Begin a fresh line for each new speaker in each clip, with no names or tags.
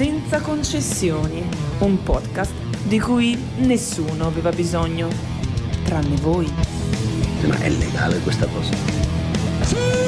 Senza concessioni, un podcast di cui nessuno aveva bisogno, tranne voi.
Ma è legale questa cosa? Sì!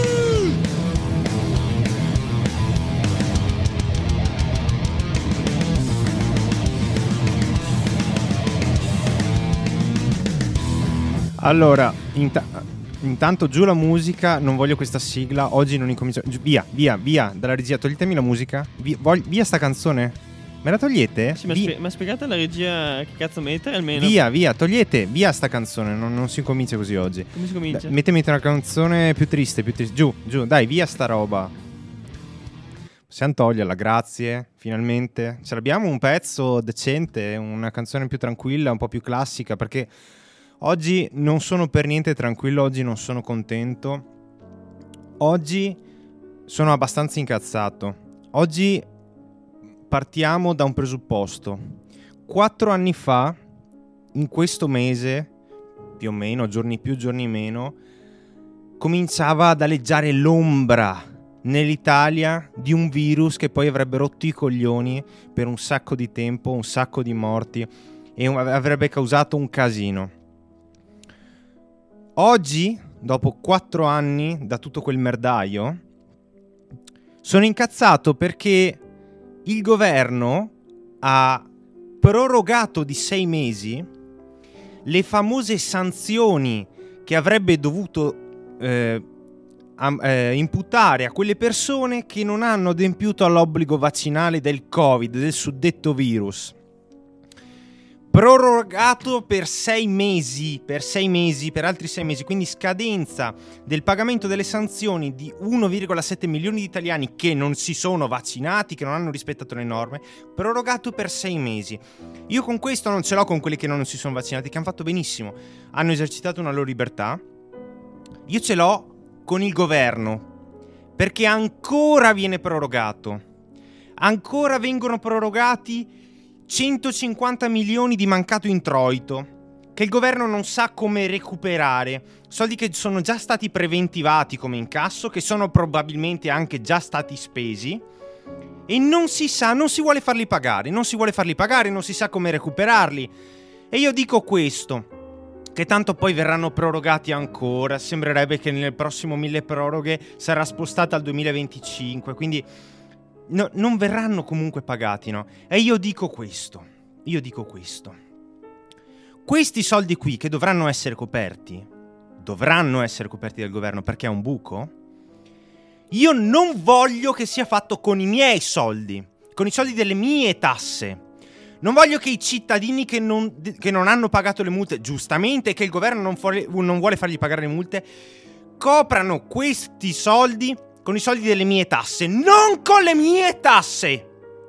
Allora, intanto giù la musica, non voglio questa sigla, oggi non incomincio. Via, dalla regia, toglietemi la musica. Via sta canzone. Me la togliete?
Sì, ma spiegate alla regia che cazzo mettere almeno.
Via, togliete, via sta canzone, non si comincia così oggi.
Come si comincia?
Mettemi una canzone più triste. Giù, dai, via sta roba. Possiamo toglierla, grazie, finalmente. Ce l'abbiamo un pezzo decente, una canzone più tranquilla, un po' più classica, perché oggi non sono per niente tranquillo, oggi non sono contento. Oggi sono abbastanza incazzato. Oggi partiamo da un presupposto. 4 anni fa, in questo mese, più o meno, giorni più, giorni meno, cominciava ad aleggiare l'ombra nell'Italia di un virus che poi avrebbe rotto i coglioni per un sacco di tempo, un sacco di morti e avrebbe causato un casino. Oggi, dopo 4 anni da tutto quel merdaio, sono incazzato perché il governo ha prorogato di 6 mesi le famose sanzioni che avrebbe dovuto imputare a quelle persone che non hanno adempiuto all'obbligo vaccinale del Covid, del suddetto virus. Prorogato per 6 mesi, per altri 6 mesi, quindi scadenza del pagamento delle sanzioni di 1,7 milioni di italiani che non si sono vaccinati, che non hanno rispettato le norme, prorogato per 6 mesi. Io con questo non ce l'ho con quelli che non si sono vaccinati, che hanno fatto benissimo, hanno esercitato una loro libertà. Io ce l'ho con il governo, perché ancora viene prorogato, ancora vengono prorogati 150 milioni di mancato introito che il governo non sa come recuperare, soldi che sono già stati preventivati come incasso, che sono probabilmente anche già stati spesi e non si sa, non si vuole farli pagare, non si sa come recuperarli. E io dico questo, che tanto poi verranno prorogati ancora, sembrerebbe che nel prossimo milleproroghe sarà spostata al 2025, quindi no, non verranno comunque pagati, no? E io dico questo. Questi soldi qui che dovranno essere coperti dal governo perché è un buco. Io non voglio che sia fatto con i miei soldi, con i soldi delle mie tasse. Non voglio che i cittadini che non hanno pagato le multe, giustamente, che il governo non vuole fargli pagare le multe, coprano questi soldi con i soldi delle mie tasse, non con le mie tasse.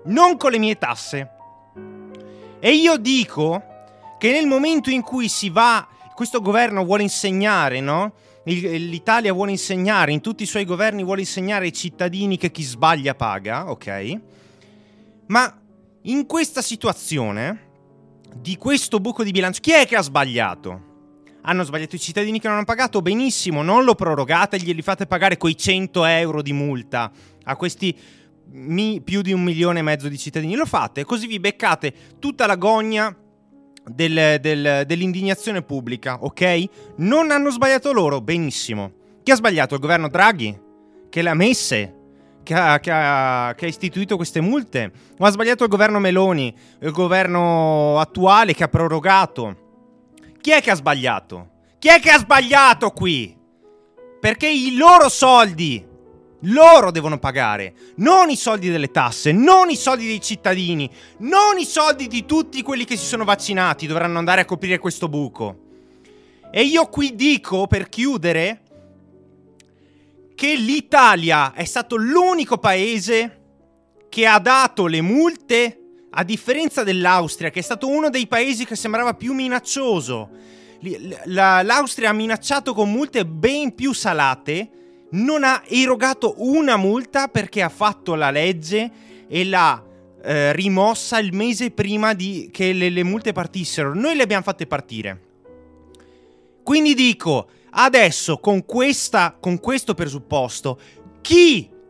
E io dico che nel momento in cui questo governo vuole insegnare, no? L'Italia vuole insegnare, in tutti i suoi governi vuole insegnare ai cittadini che chi sbaglia paga, ok? Ma in questa situazione di questo buco di bilancio, chi è che ha sbagliato? Hanno sbagliato i cittadini che non hanno pagato? Benissimo, non lo prorogate e glieli fate pagare quei 100 euro di multa a questi più di 1,5 milioni di cittadini. Lo fate, così vi beccate tutta la gogna dell'indignazione pubblica, ok? Non hanno sbagliato loro? Benissimo. Chi ha sbagliato? Il governo Draghi? Che le ha messe? Che ha istituito queste multe? O ha sbagliato il governo Meloni? Il governo attuale che ha prorogato? Chi è che ha sbagliato? Chi è che ha sbagliato qui? Perché i loro soldi loro devono pagare, non i soldi delle tasse, non i soldi dei cittadini, non i soldi di tutti quelli che si sono vaccinati dovranno andare a coprire questo buco. E io qui dico, per chiudere, che l'Italia è stato l'unico paese che ha dato le multe, a differenza dell'Austria, che è stato uno dei paesi che sembrava più minaccioso. L'Austria ha minacciato con multe ben più salate, non ha erogato una multa perché ha fatto la legge e l'ha rimossa il mese prima che le multe partissero. Noi le abbiamo fatte partire. Quindi dico, adesso con questo presupposto, chi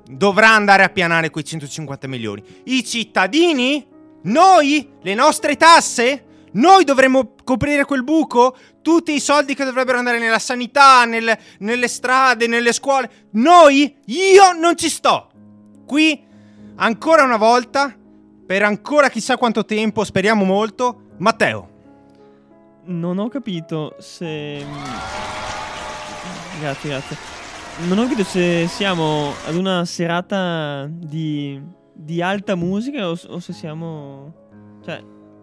dovrà andare a pianare quei 150 milioni? I cittadini? Noi? Le nostre tasse? Noi dovremmo coprire quel buco? Tutti i soldi che dovrebbero andare nella sanità, nelle strade, nelle scuole? Noi? Io non ci sto! Qui, ancora una volta, per ancora chissà quanto tempo, speriamo molto, Matteo.
Non ho capito se... Grazie. Non ho capito se siamo ad una serata di alta musica o se siamo... Cioè,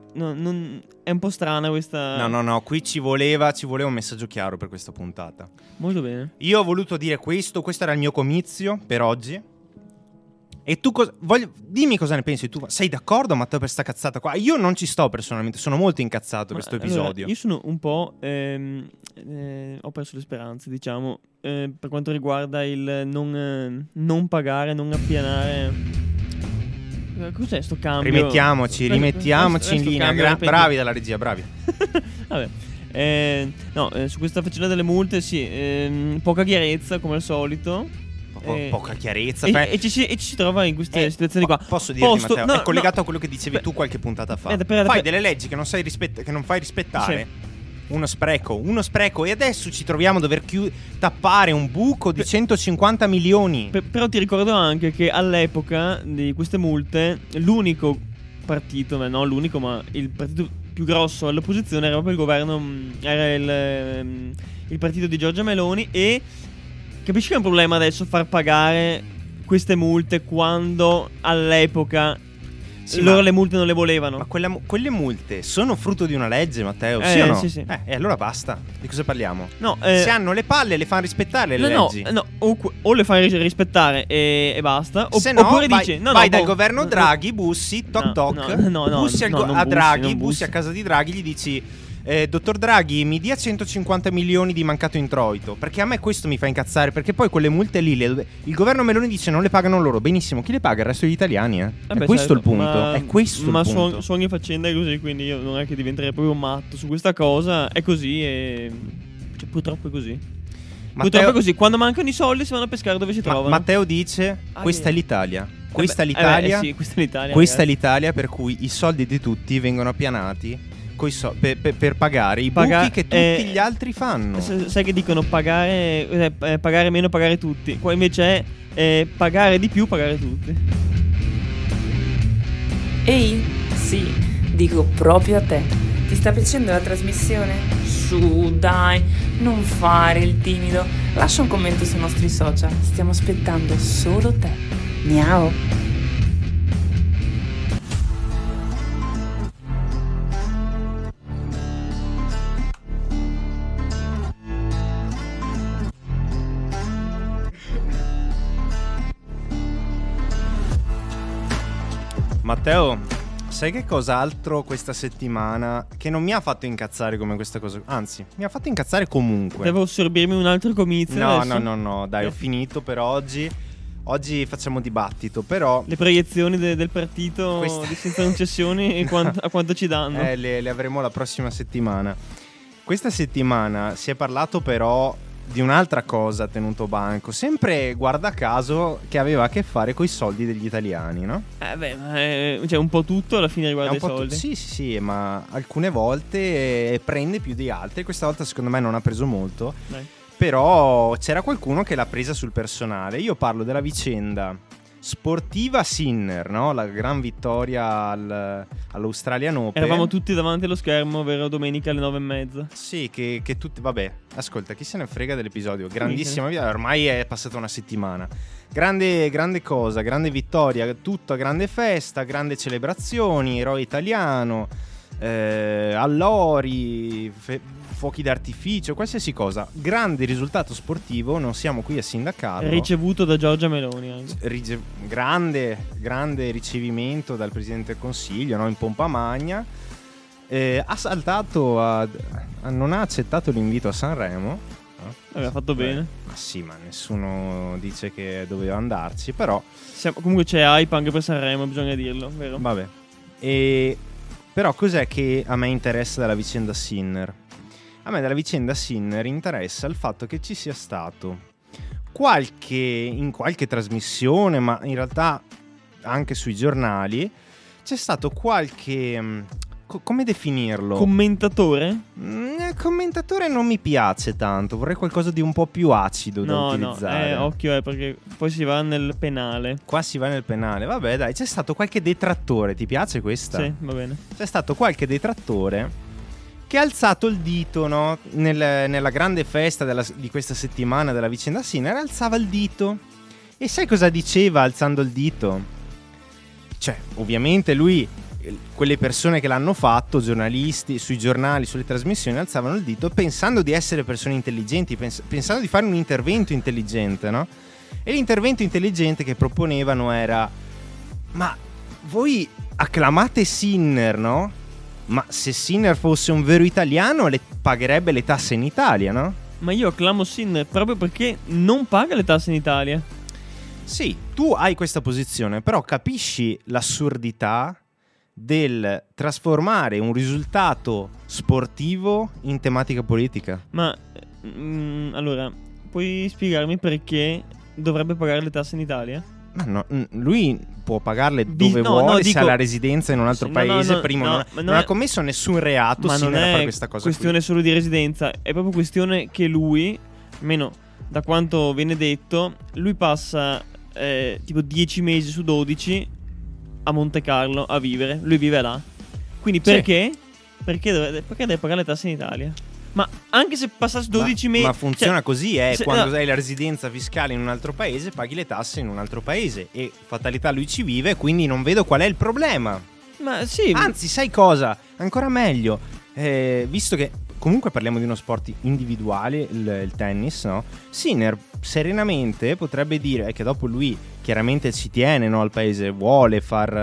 è un po' strana questa...
No, qui ci voleva un messaggio chiaro per questa puntata.
Molto bene.
Io ho voluto dire questo era il mio comizio per oggi. E tu dimmi cosa ne pensi tu. Sei d'accordo, Matteo, per sta cazzata qua? Io non ci sto personalmente, sono molto incazzato questo episodio.
Allora, io sono un po' ho perso le speranze, diciamo, per quanto riguarda il non pagare, non appianare. Cos'è sto cambio?
Rimettiamoci in linea. Bravi dalla regia, bravi.
Vabbè. Su questa faccenda delle multe, sì, poca chiarezza come al solito.
Poca chiarezza.
E ci si trova in queste situazioni qua.
Posso dirti, Matteo, è collegato a quello che dicevi tu qualche puntata fa. Fai delle leggi che non fai rispettare.
Sì.
Uno spreco. E adesso ci troviamo a dover tappare un buco di 150 milioni.
Però ti ricordo anche che all'epoca di queste multe l'unico partito, non l'unico, ma il partito più grosso all'opposizione era proprio il governo, era il partito di Giorgia Meloni. E capisci che è un problema adesso far pagare queste multe quando all'epoca loro le multe non le volevano?
Ma quelle multe sono frutto di una legge, Matteo, sì o no?
Sì.
E allora basta. Di cosa parliamo?
No,
se hanno le palle le fanno rispettare le leggi.
No, o le fai rispettare e basta.
Se no,
oppure
vai dal governo Draghi, bussi, bussi a Draghi, bussi a casa di Draghi, gli dici: dottor Draghi, mi dia 150 milioni di mancato introito. Perché a me questo mi fa incazzare. Perché poi quelle multe lì il governo Meloni dice non le pagano loro. Benissimo, chi le paga? Il resto degli italiani, È questo il punto. È questo il punto.
Ma su ogni faccenda è così. Quindi io non è che diventerei proprio matto su questa cosa. È così e purtroppo è così. Purtroppo è così. Quando mancano i soldi si vanno a pescare dove si trovano.
Matteo dice questa è l'Italia. Questa è l'Italia. Questa è l'Italia per cui i soldi di tutti vengono appianati per pagare i buchi che tutti gli altri fanno.
Sai che dicono pagare meno, pagare tutti. Qua invece è pagare di più, pagare tutti.
Ehi, sì, dico proprio a te. Ti sta piacendo la trasmissione? Su, dai, non fare il timido. Lascia un commento sui nostri social. Stiamo aspettando solo te. Miau.
Matteo, sai che cos'altro questa settimana che non mi ha fatto incazzare come questa cosa? Anzi, mi ha fatto incazzare comunque.
Devo assorbirmi un altro comizio adesso?
No, dai, ho finito per oggi. Oggi facciamo dibattito, però
le proiezioni del partito di senza concessioni e a quanto ci danno?
Le avremo la prossima settimana. Questa settimana si è parlato però di un'altra cosa tenuto banco, sempre guarda caso, che aveva a che fare con i soldi degli italiani, no?
Cioè un po' tutto alla fine riguarda i soldi.
Sì, ma alcune volte prende più di altre. Questa volta secondo me non ha preso molto. Dai. Però c'era qualcuno che l'ha presa sul personale. Io parlo della vicenda sportiva Sinner, no? La gran vittoria all'Australian Open.
Eravamo tutti davanti allo schermo, vero? Domenica alle 9:30.
Sì, che tutti... Vabbè, ascolta, chi se ne frega dell'episodio? Grandissima vita, ormai è passata una settimana. Grande cosa, grande vittoria, tutta grande festa, grandi celebrazioni, eroe italiano, allori, fuochi d'artificio, qualsiasi cosa. Grande risultato sportivo, non siamo qui a sindacarlo.
Ricevuto da Giorgia Meloni anche.
Grande ricevimento dal Presidente del Consiglio, no? In pompa magna. Ha saltato, non ha accettato l'invito a Sanremo.
Aveva fatto bene.
Ma sì, ma nessuno dice che doveva andarci, però
comunque c'è hype anche per Sanremo, bisogna dirlo, vero?
Vabbè. Però cos'è che a me interessa della vicenda Sinner? A me della vicenda Sinner interessa il fatto che ci sia stato in qualche trasmissione, ma in realtà anche sui giornali, c'è stato qualche... come definirlo?
Commentatore?
Commentatore non mi piace tanto, vorrei qualcosa di un po' più acido da utilizzare.
Occhio, perché poi si va nel penale.
Qua si va nel penale, vabbè dai, c'è stato qualche detrattore, ti piace questa?
Sì, va bene.
C'è stato qualche detrattore che ha alzato il dito, no? Nella grande festa di questa settimana della vicenda Sinner, alzava il dito. E sai cosa diceva alzando il dito? Cioè, ovviamente lui... quelle persone che l'hanno fatto, giornalisti, sui giornali, sulle trasmissioni, alzavano il dito pensando di essere persone intelligenti, pensando di fare un intervento intelligente, no? E l'intervento intelligente che proponevano era: ma voi acclamate Sinner, no? Ma se Sinner fosse un vero italiano pagherebbe le tasse in Italia, no?
Ma io acclamo Sinner proprio perché non paga le tasse in Italia.
Sì, tu hai questa posizione, però capisci l'assurdità del trasformare un risultato sportivo in tematica politica.
Ma allora, puoi spiegarmi perché dovrebbe pagare le tasse in Italia?
Ma no, lui può pagarle dove vuole, se ha la residenza in un altro paese. Prima non ha commesso nessun reato.
Ma non è
questa cosa
questione solo di residenza, è proprio questione che lui, almeno da quanto viene detto, lui passa tipo 10 mesi su 12 a Monte Carlo a vivere. Lui vive là. Quindi perché? Sì. Perché deve pagare le tasse in Italia? Ma anche se passasse 12 mesi...
Ma funziona così, quando hai la residenza fiscale in un altro paese, paghi le tasse in un altro paese. E fatalità lui ci vive, quindi non vedo qual è il problema.
Ma sì.
Anzi, sai cosa? Ancora meglio. Visto che comunque parliamo di uno sport individuale, il tennis, no? Sinner serenamente potrebbe dire che dopo lui chiaramente ci tiene, no, al paese, vuole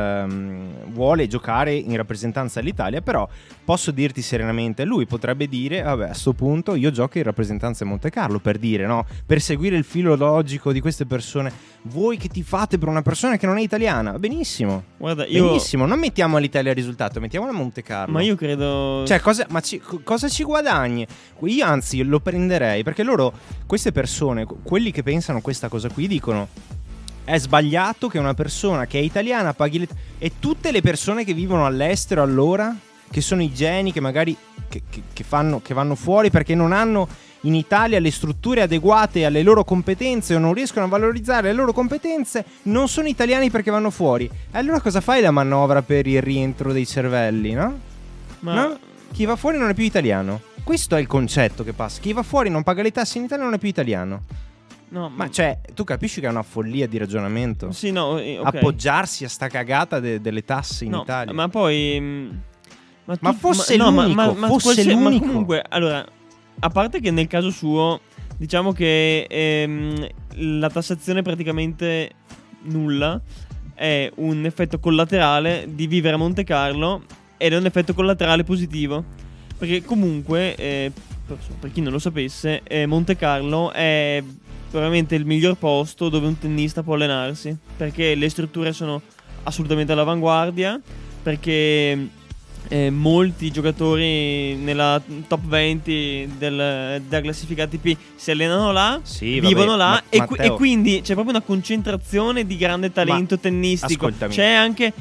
giocare in rappresentanza dell'Italia, però posso dirti serenamente, lui potrebbe dire: vabbè, a sto punto io gioco in rappresentanza di Monte Carlo, per dire, no, per seguire il filo logico di queste persone. Voi che ti fate per una persona che non è italiana, benissimo.
Guarda,
benissimo, non mettiamo all'Italia il risultato, mettiamola a Monte Carlo.
Ma io credo,
cioè, cosa ci guadagni? Io anzi lo prenderei, perché queste persone, quelli che pensano questa cosa qui, dicono: è sbagliato che una persona che è italiana paghi e tutte le persone che vivono all'estero, allora, che sono i geni che magari che vanno fuori perché non hanno in Italia le strutture adeguate alle loro competenze o non riescono a valorizzare le loro competenze, non sono italiani perché vanno fuori. E allora cosa fai la manovra per il rientro dei cervelli, no? No? Chi va fuori non è più italiano. Questo è il concetto che passa. Chi va fuori non paga le tasse in Italia non è più italiano.
No,
ma cioè, tu capisci che è una follia di ragionamento?
Sì, no, okay.
Appoggiarsi a sta cagata delle tasse in Italia.
Ma poi
ma fosse l'unico, fosse l'unico.
Ma comunque, allora, a parte che nel caso suo, diciamo che la tassazione è praticamente nulla, è un effetto collaterale di vivere a Monte Carlo ed è un effetto collaterale positivo. Perché comunque, per chi non lo sapesse, Monte Carlo è veramente il miglior posto dove un tennista può allenarsi, perché le strutture sono assolutamente all'avanguardia, perché molti giocatori nella top 20 della classifica ATP si allenano là,
sì,
vivono
vabbè,
là e quindi c'è proprio una concentrazione di grande talento tennistico.
Ascoltami.
C'è anche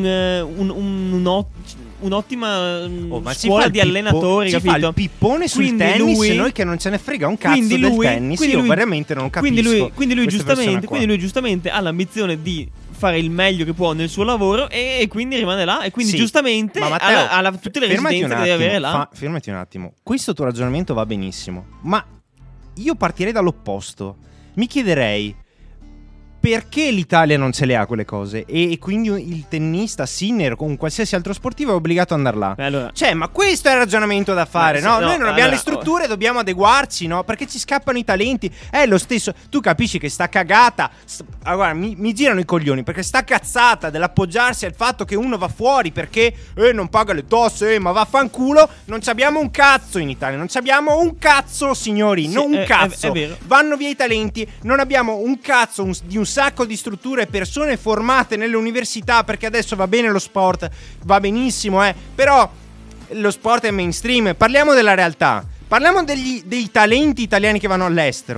un'ottima scuola di allenatori,
capito? Fa il pippone sul
quindi
tennis, noi che non ce ne frega un cazzo del tennis. Io veramente non capisco.
Quindi lui giustamente ha l'ambizione di fare il meglio che può nel suo lavoro e quindi rimane là e quindi
sì,
giustamente ha tutte le residenze che deve avere là.
Fermati un attimo. Questo tuo ragionamento va benissimo, ma io partirei dall'opposto. Mi chiederei: perché l'Italia non ce le ha quelle cose? E quindi il tennista, Sinner o un qualsiasi altro sportivo è obbligato ad andare là.
Allora,
cioè, ma questo è il ragionamento da fare, no? Noi non abbiamo le strutture, dobbiamo adeguarci, no? Perché ci scappano i talenti. È lo stesso. Tu capisci che sta cagata. Guarda, mi girano i coglioni, perché sta cazzata dell'appoggiarsi al fatto che uno va fuori perché non paga le tasse, ma vaffanculo. Non ci abbiamo un cazzo in Italia. Non ci abbiamo un cazzo, signori.
Sì,
non un cazzo.
È vero.
Vanno via i talenti. Non abbiamo un cazzo di un sacco di strutture e persone formate nelle università, perché adesso va bene lo sport, va benissimo, però lo sport è mainstream. Parliamo della realtà, parliamo dei talenti italiani che vanno all'estero.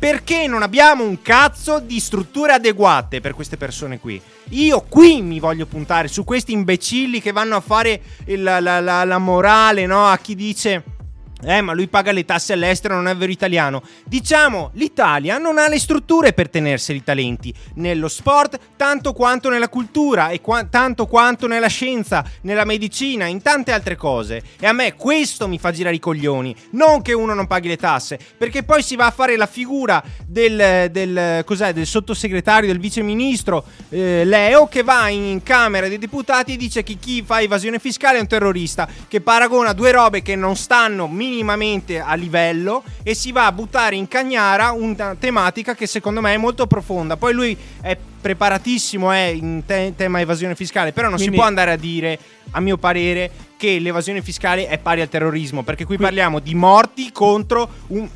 perché non abbiamo un cazzo di strutture adeguate per queste persone qui. Io qui mi voglio puntare su questi imbecilli che vanno a fare la morale, no? A chi dice ma lui paga le tasse all'estero, non è vero italiano. Diciamo, l'Italia non ha le strutture per tenerseli i talenti nello sport, tanto quanto nella cultura e tanto quanto nella scienza, nella medicina, in tante altre cose. E a me questo mi fa girare i coglioni, non che uno non paghi le tasse, perché poi si va a fare la figura del sottosegretario, del viceministro Leo, che va in Camera dei Deputati e dice che chi fa evasione fiscale è un terrorista, che paragona due robe che non stanno minimamente a livello e si va a buttare in cagnara una tematica che secondo me è molto profonda. Poi lui è preparatissimo in tema evasione fiscale, però non si può andare a dire, a mio parere, che l'evasione fiscale è pari al terrorismo, perché qui parliamo di morti contro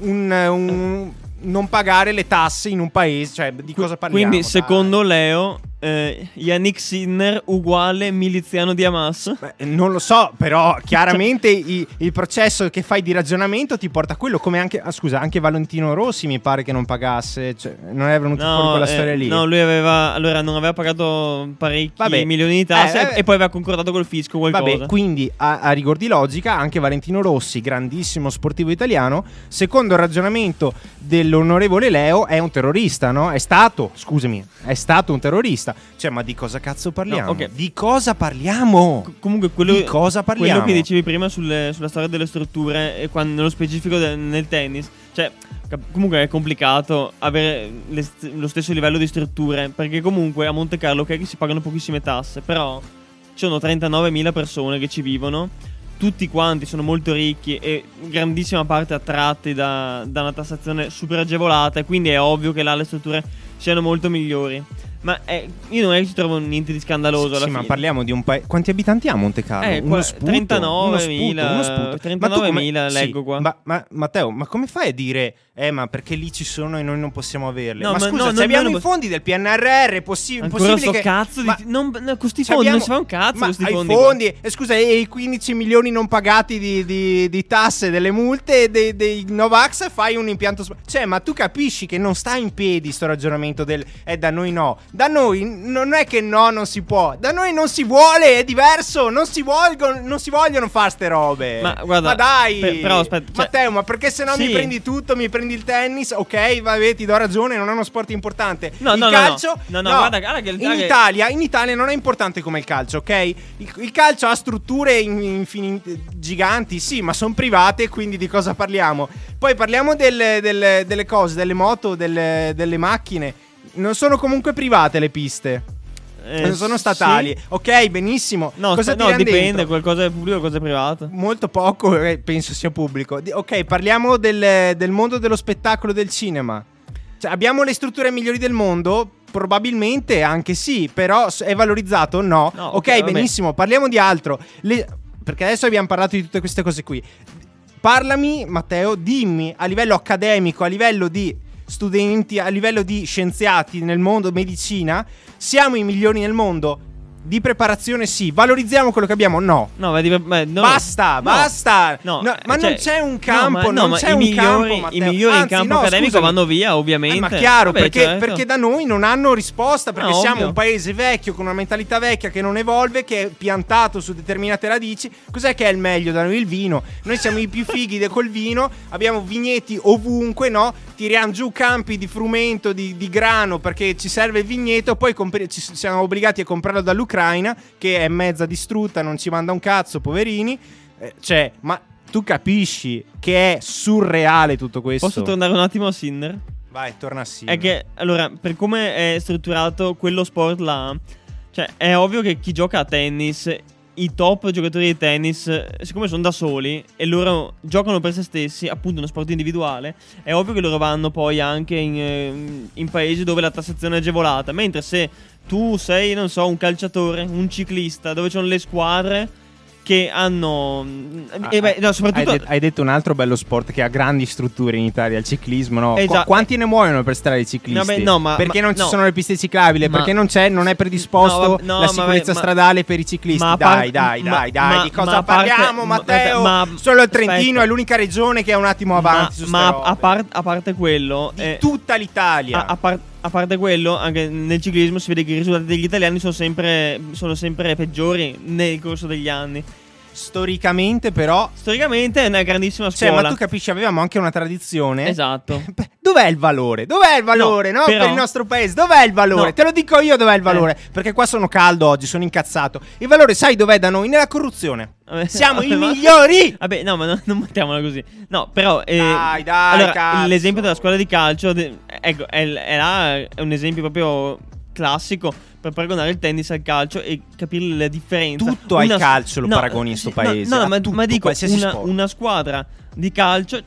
un non pagare le tasse in un paese, cioè di cosa parliamo?
Quindi secondo Leo Yannick Sinner uguale miliziano di Hamas?
Beh, non lo so, però chiaramente il processo che fai di ragionamento ti porta a quello, come anche anche Valentino Rossi mi pare che non pagasse, cioè, non è venuto fuori quella storia lì.
No, lui non aveva pagato parecchi milioni di tasse e poi aveva concordato col fisco qualcosa.
Vabbè, quindi a rigor di logica anche Valentino Rossi, grandissimo sportivo italiano, secondo il ragionamento dell'onorevole Leo è un terrorista, no? È stato un terrorista. Cioè, ma di cosa cazzo parliamo?
No, okay.
Di cosa parliamo?
Comunque
di cosa parliamo?
Quello che dicevi prima sulla storia delle strutture e nello specifico nel tennis, cioè comunque è complicato avere lo stesso livello di strutture, perché comunque a Monte Carlo che si pagano pochissime tasse, però ci sono 39.000 persone che ci vivono, tutti quanti sono molto ricchi e grandissima parte attratti da una tassazione super agevolata, e quindi è ovvio che là le strutture siano molto migliori. Ma io non è che ci trovo niente di scandaloso alla fine.
Ma parliamo di un paese. Quanti abitanti ha Monte Carlo? Uno sputo,
39.000. 39.000 leggo qua.
Ma Matteo, ma come fai a dire ma perché lì ci sono e noi non possiamo averle?
No,
ma scusa, se abbiamo i fondi del PNRR è possibile che
cazzo con questi fondi non si fa un cazzo.
Ma ai fondi scusa, e i 15 milioni non pagati di tasse, delle multe dei Novax, fai un impianto cioè, ma tu capisci che non sta in piedi sto ragionamento del da noi no. Da noi non è che non si può. Da noi non si vuole, è diverso. Non si vogliono fare ste robe.
Ma guarda,
dai,
però aspetta,
Matteo, ma perché se no mi prendi tutto, mi prendi il tennis, ok, vabbè, ti do ragione, non è uno sport importante. Il calcio,
guarda che
in Italia non è importante come il calcio, ok? Il calcio ha strutture giganti, sì, ma sono private, quindi di cosa parliamo? Poi parliamo delle cose, delle moto, delle macchine. Non sono comunque private le piste. Non sono statali. Sì. Ok, benissimo.
Cosa dipende, qualcosa è pubblico, qualcosa è privato.
Molto poco, penso sia pubblico. Ok, parliamo del mondo dello spettacolo, del cinema. Cioè, abbiamo le strutture migliori del mondo? Probabilmente anche sì, però è valorizzato? No. Ok, benissimo, parliamo di altro. Perché adesso abbiamo parlato di tutte queste cose qui. Parlami, Matteo, dimmi a livello accademico, a livello di studenti, a livello di scienziati nel mondo medicina, siamo i migliori nel mondo? Di preparazione sì. Valorizziamo quello che abbiamo? No. Basta. Ma non c'è un campo. Non c'è un campo, Matteo.
I migliori in campo accademico vanno via, ovviamente.
Ma chiaro, perché da noi non hanno risposta. Perché siamo un paese vecchio, con una mentalità vecchia che non evolve, che è piantato su determinate radici. Cos'è che è il meglio da noi? Il vino. Noi siamo i più fighi col vino. Abbiamo vigneti ovunque, no? Tiriamo giù campi di frumento, di grano, perché ci serve il vigneto. Poi ci siamo obbligati a comprarlo dall'Ucraina, che è mezza distrutta, non ci manda un cazzo, poverini. Ma tu capisci che è surreale tutto questo?
Posso tornare un attimo a Sinner?
Vai, torna a Sinner.
È che, allora, per come è strutturato quello sport là, cioè è ovvio che chi gioca a tennis, i top giocatori di tennis, siccome sono da soli e loro giocano per se stessi, appunto uno sport individuale, è ovvio che loro vanno poi anche in paesi dove la tassazione è agevolata. Mentre se tu sei, non so, un calciatore, un ciclista, dove ci sono le squadre che hanno no, soprattutto
hai detto un altro bello sport che ha grandi strutture in Italia, il ciclismo, no?
Esatto.
Quanti ne muoiono per strade i ciclisti?
Vabbè, no,
perché non ci
no.
sono le piste ciclabili? Perché non è predisposto la sicurezza stradale per i ciclisti? Dai, di cosa parliamo, Matteo? Solo il Trentino è l'unica regione che è un attimo avanti su ste robe.
a parte quello
di tutta l'Italia.
A parte quello, anche nel ciclismo si vede che i risultati degli italiani sono sempre peggiori nel corso degli anni.
Storicamente
è una grandissima scuola.
Ma tu capisci, avevamo anche una tradizione.
Esatto.
Dov'è il valore? No,
però,
per il nostro paese, dov'è il valore?
No.
Te lo dico io dov'è il valore. Perché qua sono caldo oggi, sono incazzato. Il valore sai dov'è da noi? Nella corruzione. Siamo i migliori.
Vabbè, no, ma non mettiamola così. No, però
dai,
allora,
cazzo.
l'esempio della scuola di calcio ecco, è un esempio proprio classico per paragonare il tennis al calcio e capire la differenza.
Tutto al calcio lo paragoni in sto paese.
Ma dico,
sport.
una squadra di calcio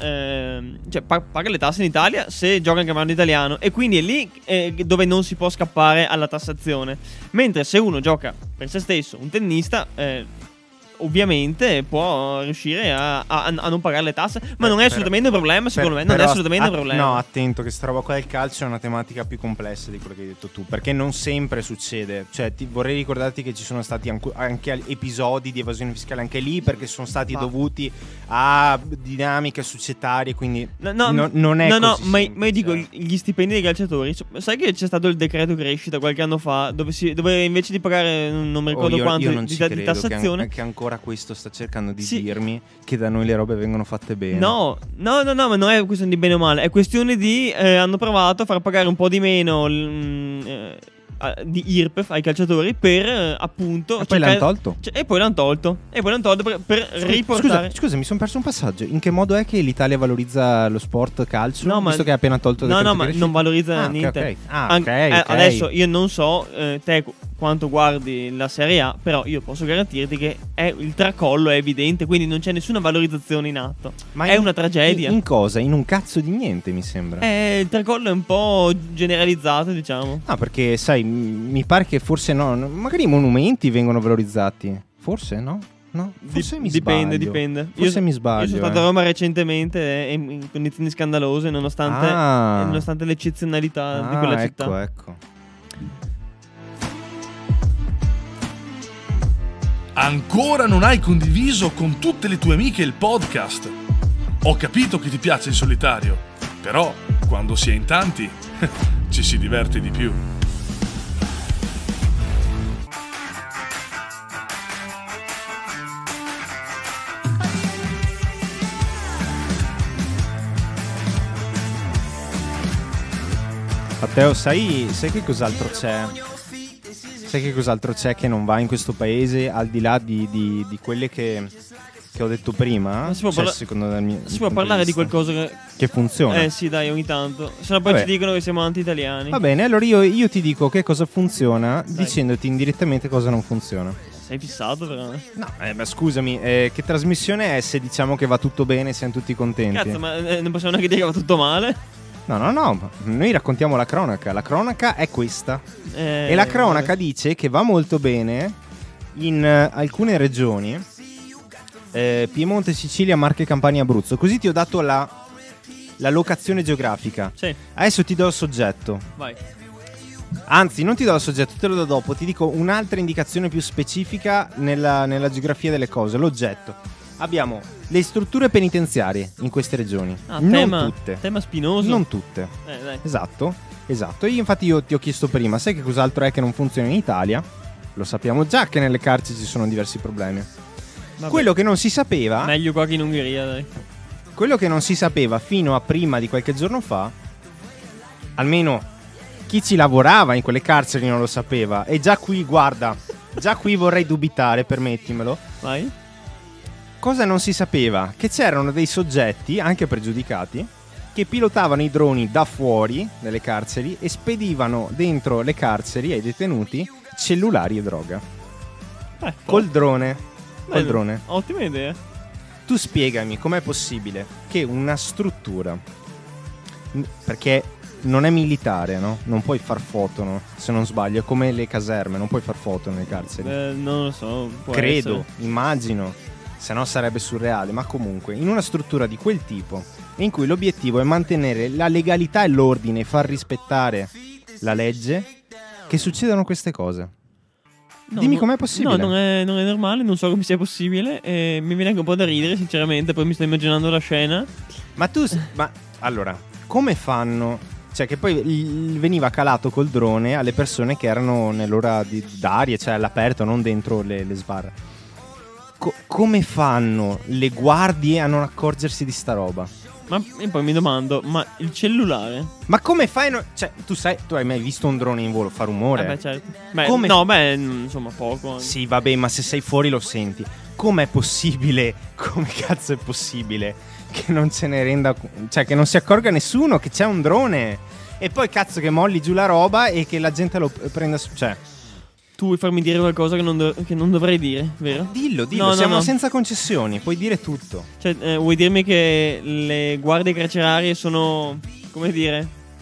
paga le tasse in Italia se gioca in campionato italiano, e quindi è lì dove non si può scappare alla tassazione. Mentre se uno gioca per se stesso, un tennista, ovviamente può riuscire a non pagare le tasse, ma non è assolutamente un problema, secondo me. Non è assolutamente un problema.
No, attento, che sta roba qua del calcio è una tematica più complessa di quello che hai detto tu, perché non sempre succede. Cioè, vorrei ricordarti che ci sono stati anche episodi di evasione fiscale anche lì, perché sono stati dovuti a dinamiche societarie, quindi non è così
ma
semplice.
io dico, gli stipendi dei calciatori, sai che c'è stato il decreto crescita qualche anno fa, dove invece di pagare non mi ricordo quanto
io
di tassazione,
che ancora questo sta cercando di dirmi che da noi le robe vengono fatte bene.
No, ma non è questione di bene o male, è questione di hanno provato a far pagare un po' di meno di IRPEF ai calciatori per appunto
e poi l'hanno tolto.
E poi l'hanno tolto per riportare.
Scusa, mi sono perso un passaggio. In che modo è che l'Italia valorizza lo sport calcio?
No,
visto che ha appena tolto
ma non valorizza niente.
Ok.
Adesso io non so te quanto guardi la Serie A, però io posso garantirti che il tracollo è evidente, quindi non c'è nessuna valorizzazione in atto. Ma è una tragedia.
In cosa? In un cazzo di niente, mi sembra.
Il tracollo è un po' generalizzato, diciamo.
No, perché sai, mi pare che forse magari i monumenti vengono valorizzati. Forse no? No, forse mi sbaglio.
Dipende.
Forse mi sbaglio.
Io sono stato a Roma recentemente in condizioni scandalose, nonostante l'eccezionalità di quella città.
Ecco.
Ancora non hai condiviso con tutte le tue amiche il podcast? Ho capito che ti piace il solitario, però quando si è in tanti ci si diverte di più.
Matteo, sai che cos'altro c'è? Sai che cos'altro c'è che non va in questo paese, al di là di quelle che ho detto prima?
Si può parlare di qualcosa
che funziona?
Sì, dai, ogni tanto. Se no poi ci dicono che siamo anti-italiani.
Va bene, allora io ti dico che cosa funziona, dicendoti indirettamente cosa non funziona.
Sei fissato però.
No, ma scusami, che trasmissione è se diciamo che va tutto bene e siamo tutti contenti?
Cazzo, ma non possiamo neanche dire che va tutto male?
No, noi raccontiamo la cronaca. La cronaca è questa. E la cronaca dice che va molto bene in alcune regioni, Piemonte, Sicilia, Marche, Campania, Abruzzo. Così ti ho dato la locazione geografica.
Sì.
Adesso ti do il soggetto.
Vai.
Anzi, non ti do il soggetto, te lo do dopo. Ti dico un'altra indicazione più specifica nella geografia delle cose, l'oggetto. Abbiamo le strutture penitenziarie in queste regioni. Non tutte.
Tema spinoso.
Non tutte.
Dai.
Esatto. E infatti io ti ho chiesto prima, sai che cos'altro è che non funziona in Italia? Lo sappiamo già che nelle carceri ci sono diversi problemi.
Vabbè.
Quello che non si sapeva...
Meglio qua che in Ungheria, dai.
Quello che non si sapeva fino a prima di qualche giorno fa, almeno chi ci lavorava in quelle carceri non lo sapeva. E già qui, guarda, vorrei dubitare, permettimelo.
Vai.
Cosa non si sapeva? Che c'erano dei soggetti, anche pregiudicati, che pilotavano i droni da fuori nelle carceri e spedivano dentro le carceri ai detenuti cellulari e droga. Col drone.
Ottima idea.
Tu spiegami com'è possibile che una struttura, perché non è militare, no? Non puoi far foto, no? Se non sbaglio, è come le caserme, non puoi far foto nelle carceri.
Non lo so, può
Credo,
essere.
immagino, se no sarebbe surreale, ma comunque in una struttura di quel tipo, in cui l'obiettivo è mantenere la legalità e l'ordine e far rispettare la legge, che succedano queste cose.
No,
Dimmi
no,
com'è possibile.
No, non è normale, non so come sia possibile. E mi viene anche un po' da ridere, sinceramente. Poi mi sto immaginando la scena.
Ma allora, come fanno? Cioè, che poi veniva calato col drone alle persone che erano nell'ora d'aria, cioè all'aperto, non dentro le sbarre. Come fanno le guardie a non accorgersi di sta roba?
Ma e poi mi domando, ma il cellulare?
Ma come fai? Cioè, tu hai mai visto un drone in volo? Fa rumore?
Beh, certo. Beh,
Come-
no, beh, insomma, poco. anche.
Sì, vabbè, ma se sei fuori lo senti. Com'è possibile? Come cazzo è possibile che non se ne renda, cioè che non si accorga nessuno che c'è un drone? E poi cazzo che molli giù la roba e che la gente lo prenda cioè,
Tu vuoi farmi dire qualcosa che non dovrei dire, vero?
dillo,
No,
siamo
no.
senza concessioni, puoi dire tutto.
Cioè, vuoi dirmi che le guardie carcerarie sono, come dire,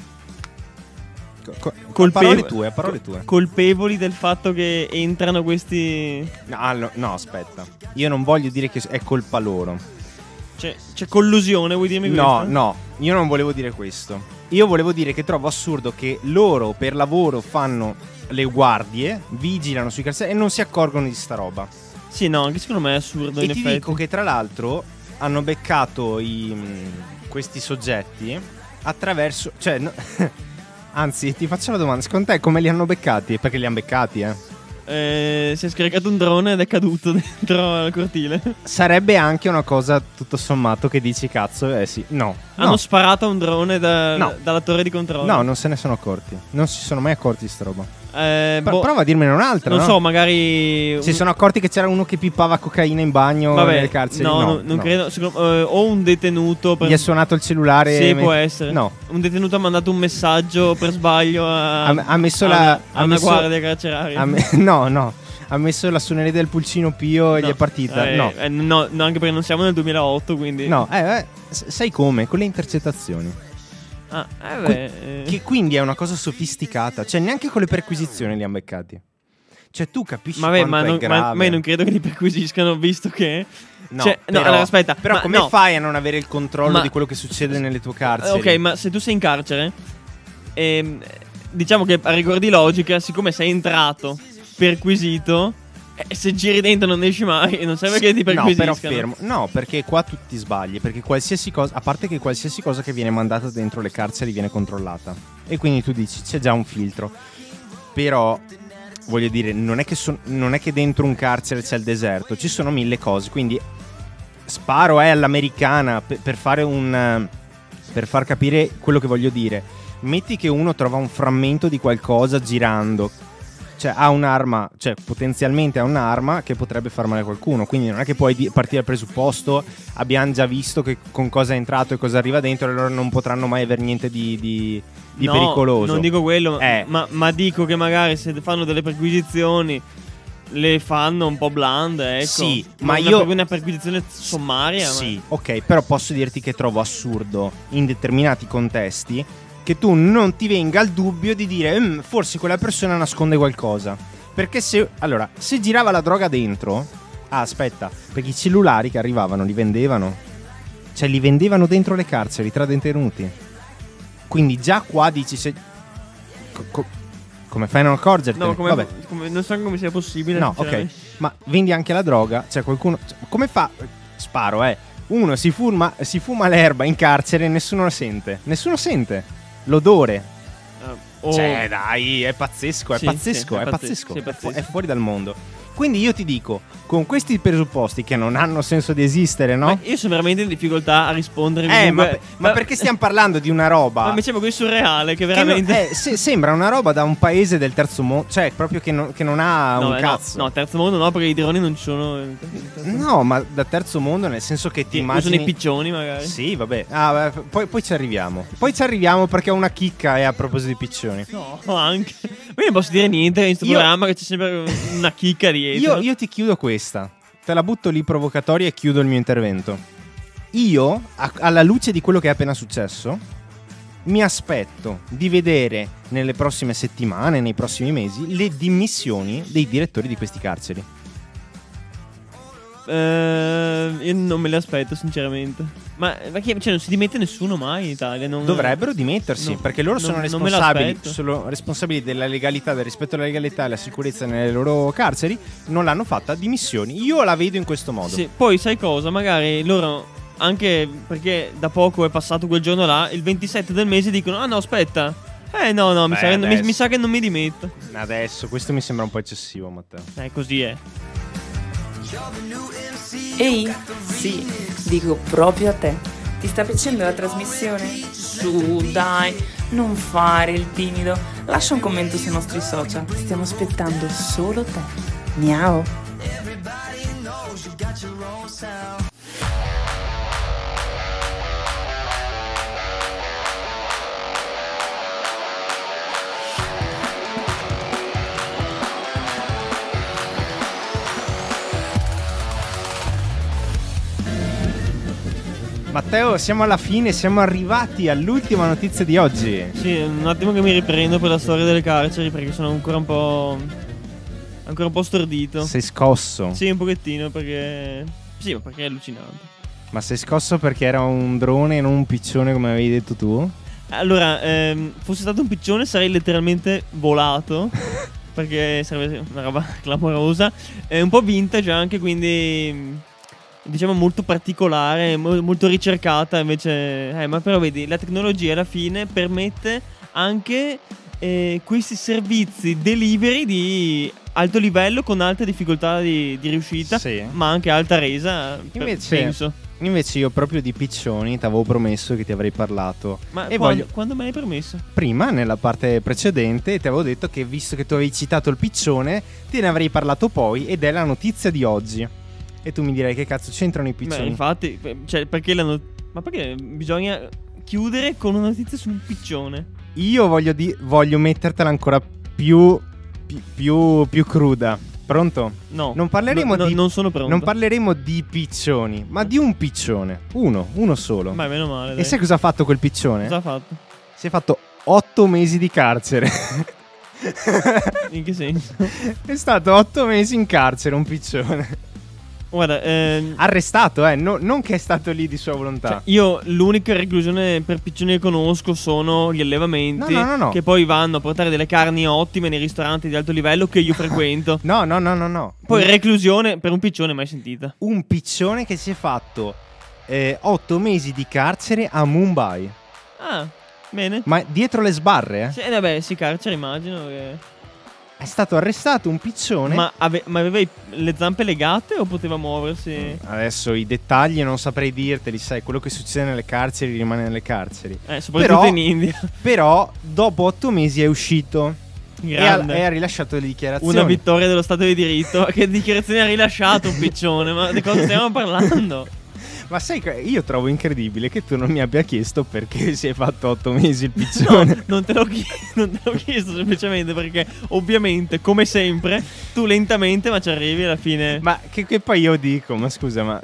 Parole tue.
colpevoli del fatto che entrano questi...
No, aspetta. Io non voglio dire che è colpa loro.
C'è collusione, vuoi dirmi
No,
questo?
no, io non volevo dire questo. Io volevo dire che trovo assurdo che loro per lavoro fanno le guardie, vigilano sui carceri e non si accorgono di sta roba.
Sì, no, anche secondo me è assurdo,
E
in
ti
effetti.
dico che tra l'altro hanno beccato questi soggetti attraverso, cioè anzi ti faccio la domanda, secondo te come li hanno beccati? Perché li hanno beccati,
Si è scaricato un drone ed è caduto dentro al cortile.
Sarebbe anche una cosa tutto sommato che dici cazzo, sì, no.
Hanno sparato a un drone
No.
dalla torre di controllo.
No, non se ne sono accorti. Non si sono mai accorti di sta roba.
Boh,
Prova a dirmene un'altra,
non
no?
so, magari...
Si sono accorti che c'era uno che pippava cocaina in bagno nelle carceri?
no, non credo. O un detenuto
Gli è suonato il cellulare?
Sì, può essere.
No.
Un detenuto ha mandato un messaggio per sbaglio
Ha messo
a
ha
una
messo-
guardia carceraria.
No. Ha messo la suoneria del pulcino Pio e gli è partita. No.
No, anche perché non siamo nel 2008, quindi...
No, sai come? Con le intercettazioni. Che quindi è una cosa sofisticata. Cioè, neanche con le perquisizioni li hanno beccati. Cioè, tu capisci quanto è grave.
ma io non credo che li perquisiscano, visto che...
No,
cioè,
però,
allora aspetta.
Però
ma
come
no.
fai a non avere il controllo
Ma-
di quello che succede nelle tue carceri?
Ok, ma se tu sei in carcere, diciamo che a rigor di logica, siccome sei entrato perquisito, se giri dentro non esci mai, non serve che ti
No,
perquisiscano.
però fermo. No, perché qua tu ti sbagli. Perché qualsiasi cosa, a parte che qualsiasi cosa che viene mandata dentro le carceri viene controllata. E quindi tu dici c'è già un filtro. Però voglio dire, non è che dentro un carcere c'è il deserto, ci sono mille cose. Quindi sparo all'americana per fare per far capire quello che voglio dire. Metti che uno trova un frammento di qualcosa girando. Cioè ha un'arma, cioè potenzialmente ha un'arma che potrebbe far male a qualcuno. Quindi non è che puoi partire dal presupposto abbiamo già visto che con cosa è entrato e cosa arriva dentro, e allora non potranno mai avere niente di
No,
pericoloso.
non dico quello,
Eh.
ma dico che magari se fanno delle perquisizioni le fanno un po' blande, ecco.
Sì, ma
una,
io-
una perquisizione sommaria.
Sì, ok, però posso dirti che trovo assurdo in determinati contesti che tu non ti venga il dubbio di dire forse quella persona nasconde qualcosa. Perché se girava la droga dentro, aspetta, perché i cellulari che arrivavano li vendevano. Cioè li vendevano dentro le carceri tra detenuti. Quindi già qua dici come fai a non accorgertene?
No,
Vabbè.
non so come sia possibile.
No, ok.
sinceramente.
Ma vendi anche la droga? Cioè qualcuno... come fa? Sparo, Uno si fuma l'erba in carcere e nessuno lo sente. Nessuno sente l'odore. Cioè dai, è pazzesco, è
Sì,
pazzesco,
sì,
è pazzesco.
sì, è pazzesco.
È fuori dal mondo. Quindi io ti dico, con questi presupposti che non hanno senso di esistere, no?
Ma io sono veramente in difficoltà a rispondere.
Ma
comunque.
perché stiamo parlando di una roba...
Ma invece così surreale che
che
veramente.
sembra una roba da un paese del terzo mondo. Cioè proprio che non ha
No,
un cazzo.
No, terzo mondo no, perché i droni non ci sono.
No, ma da terzo mondo nel senso che ti
Usano
immagini...
i piccioni magari.
Sì, vabbè. Poi ci arriviamo. Poi ci arriviamo perché ho una chicca a proposito di piccioni.
No, anche. Ma io non posso dire niente in questo
Io-
programma che c'è sempre una chicca dietro.
Io ti chiudo questa. Te la butto lì provocatoria e chiudo il mio intervento. Io, alla luce di quello che è appena successo, mi aspetto di vedere nelle prossime settimane, nei prossimi mesi, le dimissioni dei direttori di questi carceri.
Io non me le aspetto sinceramente. Ma cioè, non si dimette nessuno mai in Italia.
Dovrebbero dimettersi,
no,
perché loro sono
non me
responsabili,
l'aspetto.
sono responsabili della legalità, del rispetto alla legalità e alla sicurezza nelle loro carceri. Non l'hanno fatta, dimissioni. Io la vedo in questo modo.
Sì, poi sai cosa? Magari loro, anche perché da poco è passato quel giorno là, il 27 del mese dicono: ah no, aspetta. No, mi sa che non mi dimetto.
Adesso, questo mi sembra un po' eccessivo, Matteo.
Così è.
Ehi, sì, dico proprio a te. Ti sta piacendo la trasmissione? Su, dai, non fare il timido. Lascia un commento sui nostri social. Stiamo aspettando solo te. Miau.
Matteo, siamo alla fine, siamo arrivati all'ultima notizia di oggi.
Sì, un attimo che mi riprendo per la storia delle carceri, perché sono ancora un po' stordito.
Sei scosso?
Sì, un pochettino, perché sì, ma perché è allucinante.
Ma sei scosso perché era un drone e non un piccione come avevi detto tu?
Allora, fosse stato un piccione sarei letteralmente volato. Perché sarebbe una roba clamorosa. È un po' vintage anche, quindi diciamo molto particolare, molto ricercata. Invece ma però vedi, la tecnologia alla fine permette anche questi servizi delivery di alto livello con alta difficoltà di riuscita,
Sì.
ma anche alta resa,
Invece,
penso.
Invece io proprio di piccioni ti avevo promesso che ti avrei parlato.
Ma
e
quando me l'hai permesso?
Prima, nella parte precedente, ti avevo detto che visto che tu avevi citato il piccione, te ne avrei parlato poi, ed è la notizia di oggi. E tu mi direi che cazzo c'entrano i piccioni?
Beh, infatti, cioè, ma perché bisogna chiudere con una notizia su un piccione?
Io voglio mettertela ancora più cruda. Pronto?
No,
Non parleremo
non sono pronto.
Non parleremo di piccioni, ma di un piccione. Uno solo.
Beh, meno male.
E
dai.
sai cosa ha fatto quel piccione?
Cosa ha fatto?
Si è fatto 8 mesi di carcere.
In che senso?
È stato 8 mesi in carcere un piccione.
Guarda,
Arrestato, non che è stato lì di sua volontà.
cioè, io l'unica reclusione per piccioni che conosco sono gli allevamenti.
No.
Che poi vanno a portare delle carni ottime nei ristoranti di alto livello che io frequento.
No.
Poi reclusione per un piccione mai sentita.
Un piccione che si è fatto 8 mesi di carcere a Mumbai.
Ah, bene.
Ma dietro le sbarre,
Sì, vabbè, sì, carcere immagino che...
È stato arrestato un piccione.
Ma aveva le zampe legate o poteva muoversi?
Adesso i dettagli non saprei dirteli, sai, quello che succede nelle carceri rimane nelle carceri.
Soprattutto in India.
Però dopo 8 mesi è uscito
Grande.
e ha rilasciato le dichiarazioni.
Una vittoria dello Stato di diritto. Che dichiarazione ha rilasciato un piccione? Ma di cosa stiamo parlando?
Ma sai che io trovo incredibile che tu non mi abbia chiesto perché si è fatto 8 mesi il piccione.
No, non te l'ho chiesto semplicemente perché ovviamente, come sempre, tu lentamente ma ci arrivi alla fine.
Ma che poi io dico, ma scusa, ma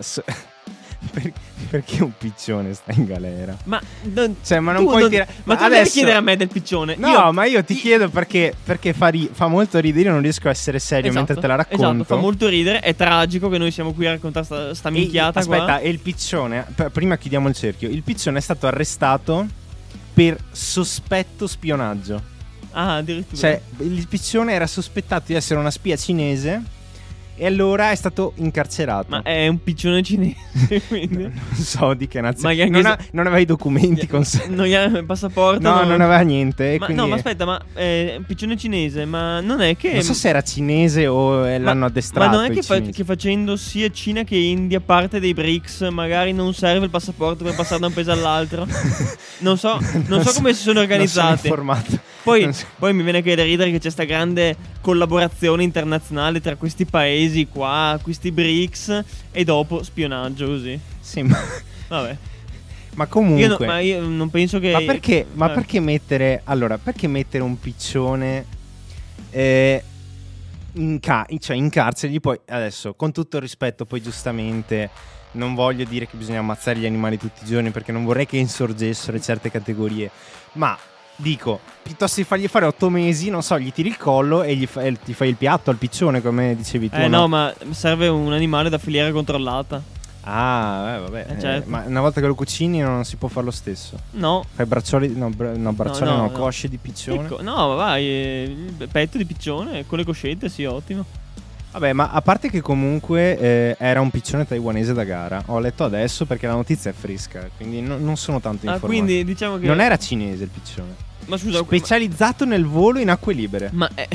perché un piccione sta in galera?
Ma
non puoi tirare.
Ma tu
adesso
devi chiedere a me del piccione.
No, ma io ti chiedo perché fa molto ridere. Io non riesco a essere serio
Esatto,
mentre te la racconto.
Esatto, fa molto ridere. È tragico che noi siamo qui a raccontare sta minchiata.
Aspetta,
qua.
e il piccione, prima chiudiamo il cerchio. Il piccione è stato arrestato per sospetto spionaggio.
Ah, addirittura.
Cioè, il piccione era sospettato di essere una spia cinese e allora è stato incarcerato.
Ma è un piccione cinese, quindi.
Non so di che nazione.
Ma anche
Non aveva i documenti con sé.
Non gli ha il passaporto.
No, non aveva niente.
Ma,
quindi
no, ma aspetta, ma un piccione cinese, ma non è che.
non so se era cinese o l'hanno addestrato.
Ma non è
i
che,
cinesi.
che facendo sia Cina che India parte dei BRICS, magari non serve il passaporto per passare da un paese all'altro. Non so come si sono organizzati.
Non sono informato.
Poi mi viene anche da ridere che c'è sta grande collaborazione internazionale tra questi paesi qua, questi BRICS, e dopo spionaggio così.
Sì, ma
Vabbè.
Ma comunque.
Io non penso che.
Ma perché mettere. Allora, perché mettere un piccione in carcere. Poi adesso, con tutto il rispetto, poi giustamente non voglio dire che bisogna ammazzare gli animali tutti i giorni, perché non vorrei che insorgessero certe categorie, ma dico, piuttosto di fargli fare 8 mesi, non so, gli tiri il collo e ti fai il piatto al piccione, come dicevi tu.
No, ma serve un animale da filiera controllata.
Vabbè.
Certo.
Ma una volta che lo cucini non si può fare lo stesso.
No.
Fai braccioli, braccioli no, cosce di piccione.
No, vai, il petto di piccione con le coscette, sì, ottimo.
Vabbè, ma a parte che comunque era un piccione taiwanese da gara. Ho letto adesso perché la notizia è fresca, quindi non sono tanto informato.
Quindi diciamo che
non era cinese il piccione.
Ma scusa,
specializzato nel volo in acque libere.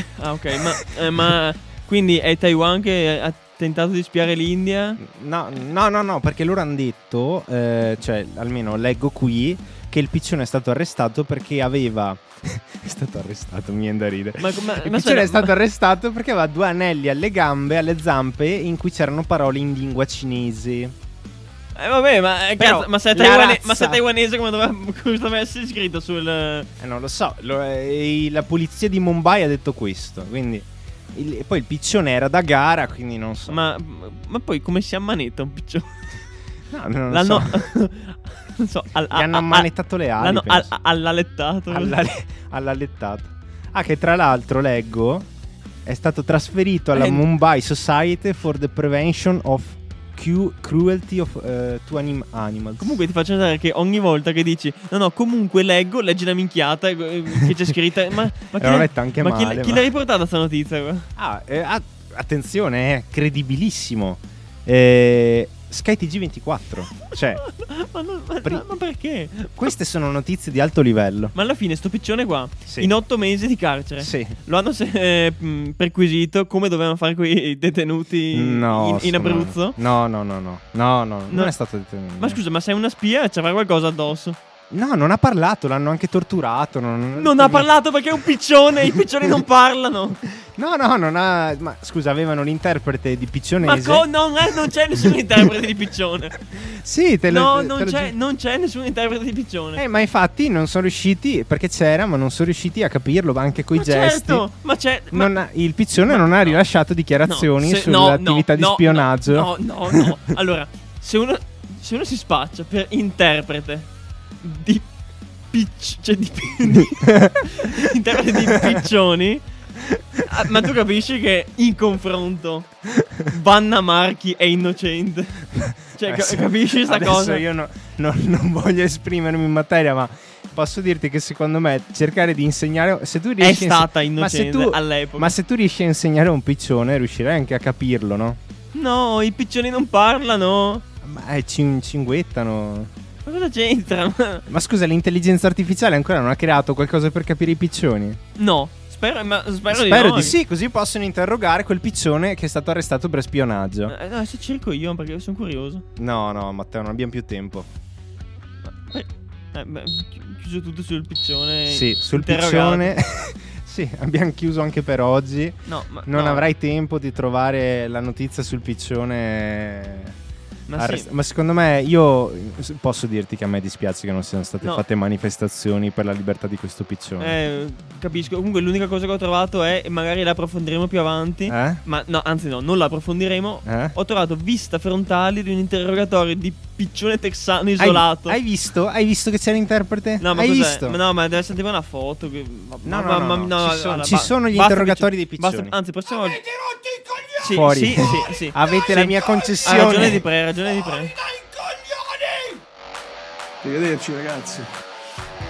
Ok, ma quindi è Taiwan che ha tentato di spiare l'India?
No, perché loro hanno detto, cioè almeno leggo qui, che il piccione è stato arrestato perché aveva è stato arrestato, mi viene da ridere. Il piccione è stato arrestato perché aveva 2 anelli alle gambe, alle zampe, in cui c'erano parole in lingua cinese.
Vabbè, ma se è taiwanese come doveva essere scritto sul...
non lo so, la polizia di Mumbai ha detto questo, quindi... poi il piccione era da gara, quindi non so.
Ma poi come si ammanetta un piccione?
No, non so.
Non so,
gli hanno ammanettato le ali.
All'alettato.
All'alettato. Che tra l'altro leggo è stato trasferito alla Mumbai Society for the Prevention of Cruelty to Animals.
Comunque ti faccio notare che ogni volta che dici comunque leggi la minchiata che c'è scritta. Ma
l'ho letta anche male.
Chi l'ha riportata sta notizia?
Attenzione, è credibilissimo. Sky TG24. Cioè,
ma perché?
Queste sono notizie di alto livello.
Ma alla fine sto piccione qua, in 8 mesi di carcere, lo hanno perquisito come dovevano fare quei detenuti in Abruzzo?
No, non è stato detenuto.
Ma scusa, ma sei una spia? C'avrà qualcosa addosso?
No, non ha parlato, l'hanno anche torturato.
Non ha parlato perché è un piccione, i piccioni non parlano.
No, non ha. Ma scusa, avevano l'interprete di piccionese.
Ma non c'è nessun interprete di piccione.
Sì,
non c'è nessun interprete di piccione.
Ma infatti non sono riusciti, perché c'era, ma non sono riusciti a capirlo anche coi gesti.
Certo,
il piccione non ha rilasciato dichiarazioni sull'attività di spionaggio.
No. Allora, se uno si spaccia per interprete di interprete di piccioni, ma tu capisci che in confronto Vanna Marchi è innocente? Cioè, capisci sta cosa?
Io non voglio esprimermi in materia, ma posso dirti che secondo me cercare di insegnare, se tu riesci
è stata innocente all'epoca.
Ma se tu riesci a insegnare a un piccione, riuscirai anche a capirlo, no?
No, i piccioni non parlano.
Ma cinguettano.
Ma cosa c'entra?
Ma scusa, l'intelligenza artificiale ancora non ha creato qualcosa per capire i piccioni?
No, spero
di sì, così possono interrogare quel piccione che è stato arrestato per spionaggio.
Adesso cerco io perché sono curioso.
No, Matteo, non abbiamo più tempo.
Chiuso tutto sul piccione.
Sì, sul piccione. Sì, abbiamo chiuso anche per oggi. Non avrai tempo di trovare la notizia sul piccione. Ma secondo me, io posso dirti che a me dispiace che non siano state fatte manifestazioni per la libertà di questo piccione.
Capisco. Comunque l'unica cosa che ho trovato è, e magari la approfondiremo più avanti, ma non la approfondiremo. Ho trovato vista frontale di un interrogatorio di piccione texano isolato.
Hai visto che c'è l'interprete?
No, ma
hai
cos'è?
visto?
Ma ma deve essere tipo una foto
ci sono gli interrogatori dei piccioni.
Anzi, possiamo...
Avete fuori. Sì. Avete la mia concessione.
Ha ragione di pre.
Arrivederci, ragazzi.